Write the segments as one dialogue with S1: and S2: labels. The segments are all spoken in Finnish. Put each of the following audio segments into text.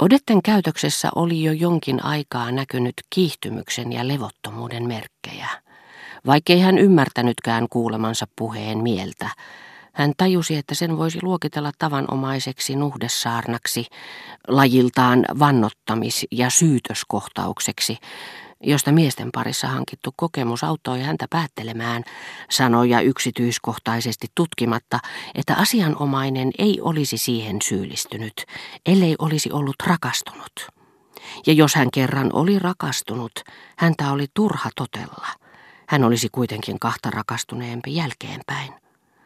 S1: Odetten käytöksessä oli jo jonkin aikaa näkynyt kiihtymyksen ja levottomuuden merkkejä. Vaikkei hän ymmärtänytkään kuulemansa puheen mieltä, hän tajusi, että sen voisi luokitella tavanomaiseksi nuhdesaarnaksi, lajiltaan vannottamis- ja syytöskohtaukseksi, josta miesten parissa hankittu kokemus auttoi häntä päättelemään, sanoja yksityiskohtaisesti tutkimatta, että asianomainen ei olisi siihen syyllistynyt, ellei olisi ollut rakastunut. Ja jos hän kerran oli rakastunut, häntä oli turha totella. Hän olisi kuitenkin kahta rakastuneempi jälkeenpäin.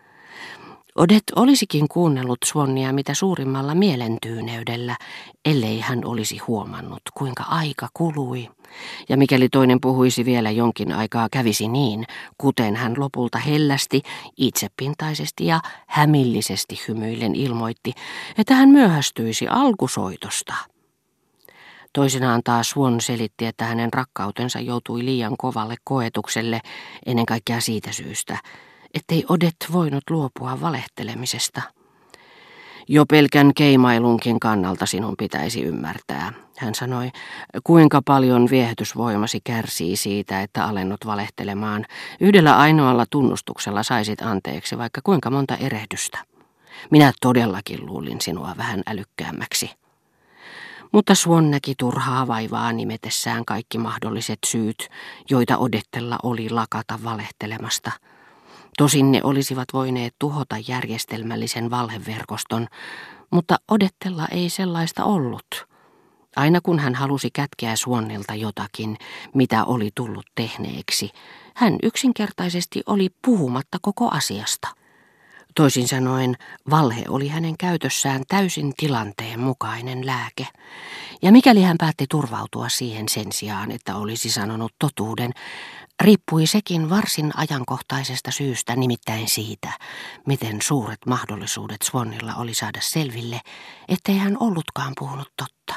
S1: Odette olisikin kuunnellut Swannia mitä suurimmalla mielentyyneydellä, ellei hän olisi huomannut, kuinka aika kului. Ja mikäli toinen puhuisi vielä jonkin aikaa, kävisi niin, kuten hän lopulta hellästi, itsepintaisesti ja hämillisesti hymyillen ilmoitti, että hän myöhästyisi alkusoitosta. Toisinaan taas Swan selitti, että hänen rakkautensa joutui liian kovalle koetukselle, ennen kaikkea siitä syystä, ettei Odette voinut luopua valehtelemisesta. Jo pelkän keimailunkin kannalta sinun pitäisi ymmärtää, hän sanoi, kuinka paljon viehätysvoimasi kärsii siitä, että alennut valehtelemaan. Yhdellä ainoalla tunnustuksella saisit anteeksi vaikka kuinka monta erehdystä. Minä todellakin luulin sinua vähän älykkäämmäksi. Mutta Swan näki turhaa vaivaa nimetessään kaikki mahdolliset syyt, joita Odettella oli lakata valehtelemasta. Tosin ne olisivat voineet tuhota järjestelmällisen valheverkoston, mutta Odettella ei sellaista ollut. Aina kun hän halusi kätkeä Swannilta jotakin, mitä oli tullut tehneeksi, hän yksinkertaisesti oli puhumatta koko asiasta. Toisin sanoen, valhe oli hänen käytössään täysin tilanteen mukainen lääke, ja mikäli hän päätti turvautua siihen sen sijaan, että olisi sanonut totuuden, riippui sekin varsin ajankohtaisesta syystä, nimittäin siitä, miten suuret mahdollisuudet Swannilla oli saada selville, ettei hän ollutkaan puhunut totta.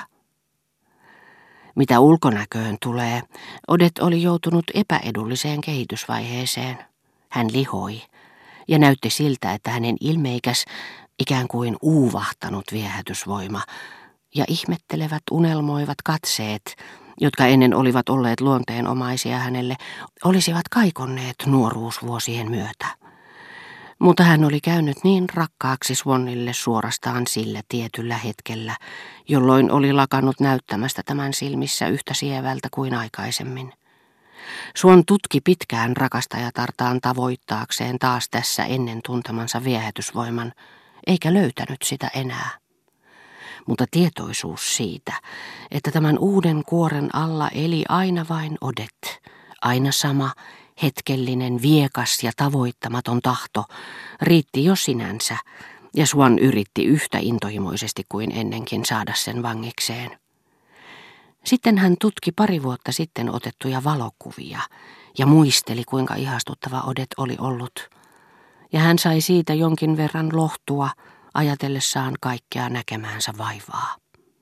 S1: Mitä ulkonäköön tulee, Odette oli joutunut epäedulliseen kehitysvaiheeseen. Hän lihoi ja näytti siltä, että hänen ilmeikäs, ikään kuin uuvahtanut viehätysvoima ja ihmettelevät unelmoivat katseet, jotka ennen olivat olleet luonteenomaisia hänelle, olisivat kaikonneet nuoruusvuosien myötä. Mutta hän oli käynyt niin rakkaaksi Swannille suorastaan sillä tietyllä hetkellä, jolloin oli lakannut näyttämästä tämän silmissä yhtä sievältä kuin aikaisemmin. Swan tutki pitkään rakastajatartaan tavoittaakseen taas tässä ennen tuntemansa viehätysvoiman, eikä löytänyt sitä enää. Mutta tietoisuus siitä, että tämän uuden kuoren alla eli aina vain Odette, aina sama, hetkellinen, viekas ja tavoittamaton tahto, riitti jo sinänsä, ja Swan yritti yhtä intohimoisesti kuin ennenkin saada sen vangikseen. Sitten hän tutki 2 vuotta sitten otettuja valokuvia ja muisteli, kuinka ihastuttava Odette oli ollut. Ja hän sai siitä jonkin verran lohtua ajatellessaan kaikkea näkemäänsä vaivaa.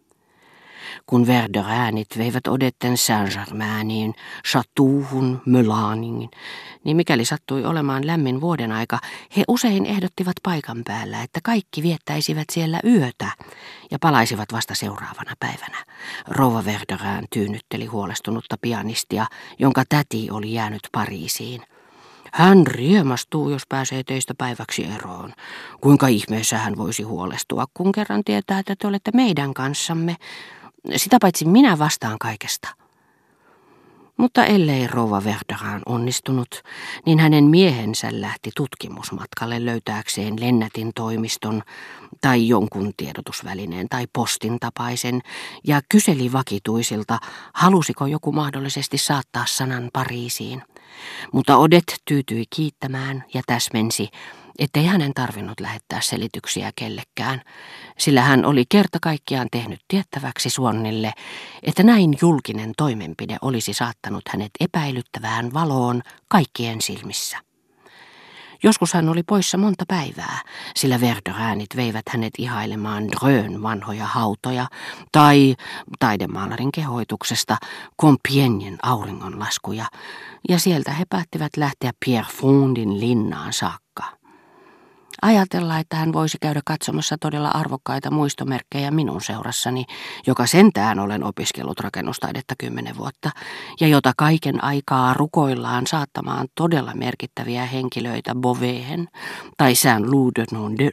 S1: Kun Verdurinit veivät Odetten Saint-Germainiin, Châteauhun, Melaniin, niin mikäli sattui olemaan lämmin vuoden aika, he usein ehdottivat paikan päällä, että kaikki viettäisivät siellä yötä ja palaisivat vasta seuraavana päivänä. Rouva Verdurin tyynnytteli huolestunutta pianistia, jonka täti oli jäänyt Pariisiin. Hän riemastuu, jos pääsee teistä päiväksi eroon. Kuinka ihmeessä hän voisi huolestua, kun kerran tietää, että te olette meidän kanssamme. Sitä paitsi minä vastaan kaikesta. Mutta ellei rouva Verdurin onnistunut, niin hänen miehensä lähti tutkimusmatkalle löytääkseen lennätin toimiston tai jonkun tiedotusvälineen tai postin tapaisen ja kyseli vakituisilta, halusiko joku mahdollisesti saattaa sanan Pariisiin. Mutta Odette tyytyi kiittämään ja täsmensi, ettei hänen tarvinnut lähettää selityksiä kellekään, sillä hän oli kerta kaikkiaan tehnyt tiettäväksi Swannille, että näin julkinen toimenpide olisi saattanut hänet epäilyttävään valoon kaikkien silmissä. Joskus hän oli poissa monta päivää, sillä Verdurinit veivät hänet ihailemaan Drön vanhoja hautoja tai taidemaalarin kehoituksesta Compiègnen auringonlaskuja, ja sieltä he päättivät lähteä Pierrefontin linnaan saakka. Ajatella, että hän voisi käydä katsomassa todella arvokkaita muistomerkkejä minun seurassani, joka sentään olen opiskellut rakennustaidetta 10 vuotta, ja jota kaiken aikaa rukoillaan saattamaan todella merkittäviä henkilöitä Beauvaihen tai Saint-Loup de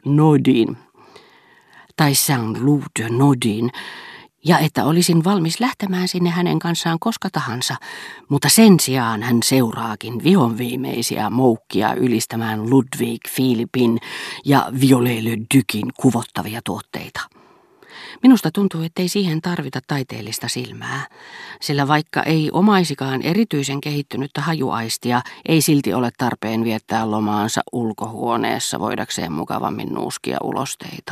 S1: Nodin, ja että olisin valmis lähtemään sinne hänen kanssaan koska tahansa, mutta sen sijaan hän seuraakin vihonviimeisiä moukkia ylistämään Ludwig Philippin ja Viollet le Ducin kuvottavia tuotteita. Minusta tuntuu, ettei siihen tarvita taiteellista silmää, sillä vaikka ei omaisikaan erityisen kehittynyttä hajuaistia, ei silti ole tarpeen viettää lomaansa ulkohuoneessa voidakseen mukavammin nuuskia ulosteita.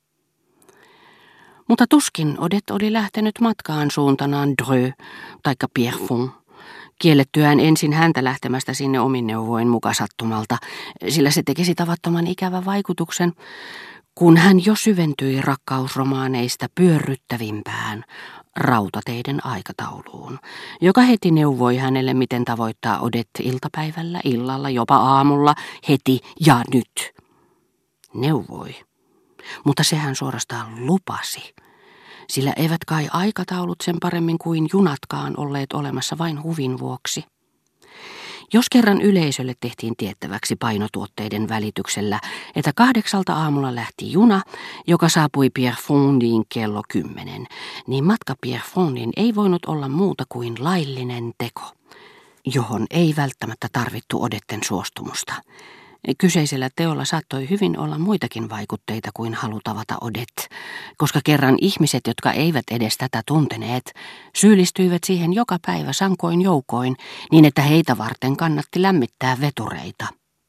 S1: Mutta tuskin Odette oli lähtenyt matkaan suuntanaan Dreux taikka Pierrefonds, kiellettyään ensin häntä lähtemästä sinne omin neuvoin mukasattumalta, sillä se tekisi tavattoman ikävän vaikutuksen, kun hän jo syventyi rakkausromaaneista pyörryttävimpään rautateiden aikatauluun, joka heti neuvoi hänelle, miten tavoittaa Odette iltapäivällä, illalla, jopa aamulla, heti ja nyt. Neuvoi. Mutta sehän suorastaan lupasi, sillä eivät kai aikataulut sen paremmin kuin junatkaan olleet olemassa vain huvin vuoksi. Jos kerran yleisölle tehtiin tiettäväksi painotuotteiden välityksellä, että 8 aamulla lähti juna, joka saapui Pierrefondiin kello 10, niin matka Pierrefondiin ei voinut olla muuta kuin laillinen teko, johon ei välttämättä tarvittu Odetten suostumusta. Kyseisellä teolla saattoi hyvin olla muitakin vaikutteita kuin halu tavata Odette, koska kerran ihmiset, jotka eivät edes tätä tunteneet, syyllistyivät siihen joka päivä sankoin joukoin, niin että heitä varten kannatti lämmittää vetureita.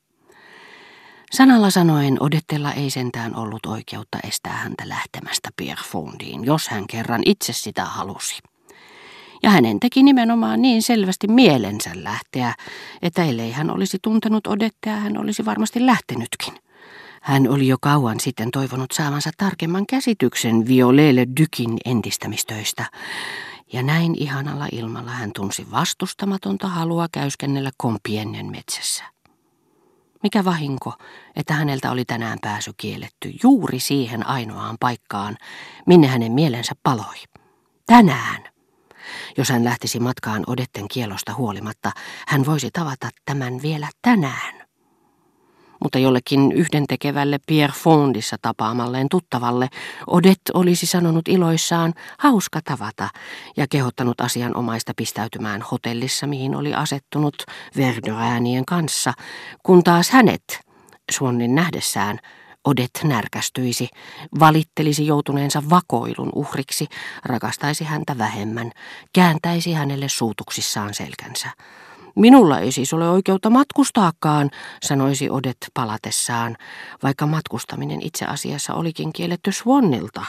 S1: Sanalla sanoen Odettella ei sentään ollut oikeutta estää häntä lähtemästä Pierrefondiin, jos hän kerran itse sitä halusi. Ja hänen teki nimenomaan niin selvästi mielensä lähteä, että ellei hän olisi tuntenut Odettea, hän olisi varmasti lähtenytkin. Hän oli jo kauan sitten toivonut saavansa tarkemman käsityksen Viollet le Ducin entistämistöistä, ja näin ihanalla ilmalla hän tunsi vastustamatonta halua käyskennellä Compiègnen metsässä. Mikä vahinko, että häneltä oli tänään pääsy kielletty juuri siihen ainoaan paikkaan, minne hänen mielensä paloi. Tänään! Jos hän lähtisi matkaan Odetten kiellosta huolimatta, hän voisi tavata tämän vielä tänään. Mutta jollekin yhdentekevälle Pierrefondissa tapaamalleen tuttavalle Odette olisi sanonut iloissaan hauska tavata ja kehottanut asianomaista pistäytymään hotellissa, mihin oli asettunut Verdurinien kanssa, kun taas hänet, Swannin nähdessään, Odette närkästyisi, valittelisi joutuneensa vakoilun uhriksi, rakastaisi häntä vähemmän, kääntäisi hänelle suutuksissaan selkänsä. Minulla ei siis ole oikeutta matkustaakaan, sanoisi Odette palatessaan, vaikka matkustaminen itse asiassa olikin kielletty Swannilta.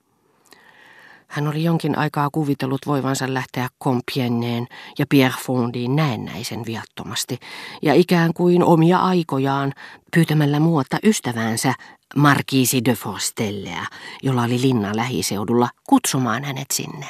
S1: Hän oli jonkin aikaa kuvitellut voivansa lähteä Compiègneen ja Pierrefondiin näennäisen viattomasti, ja ikään kuin omia aikojaan pyytämällä muuta ystäväänsä Marquise de Forstellea, jolla oli linna lähiseudulla, kutsumaan hänet sinne.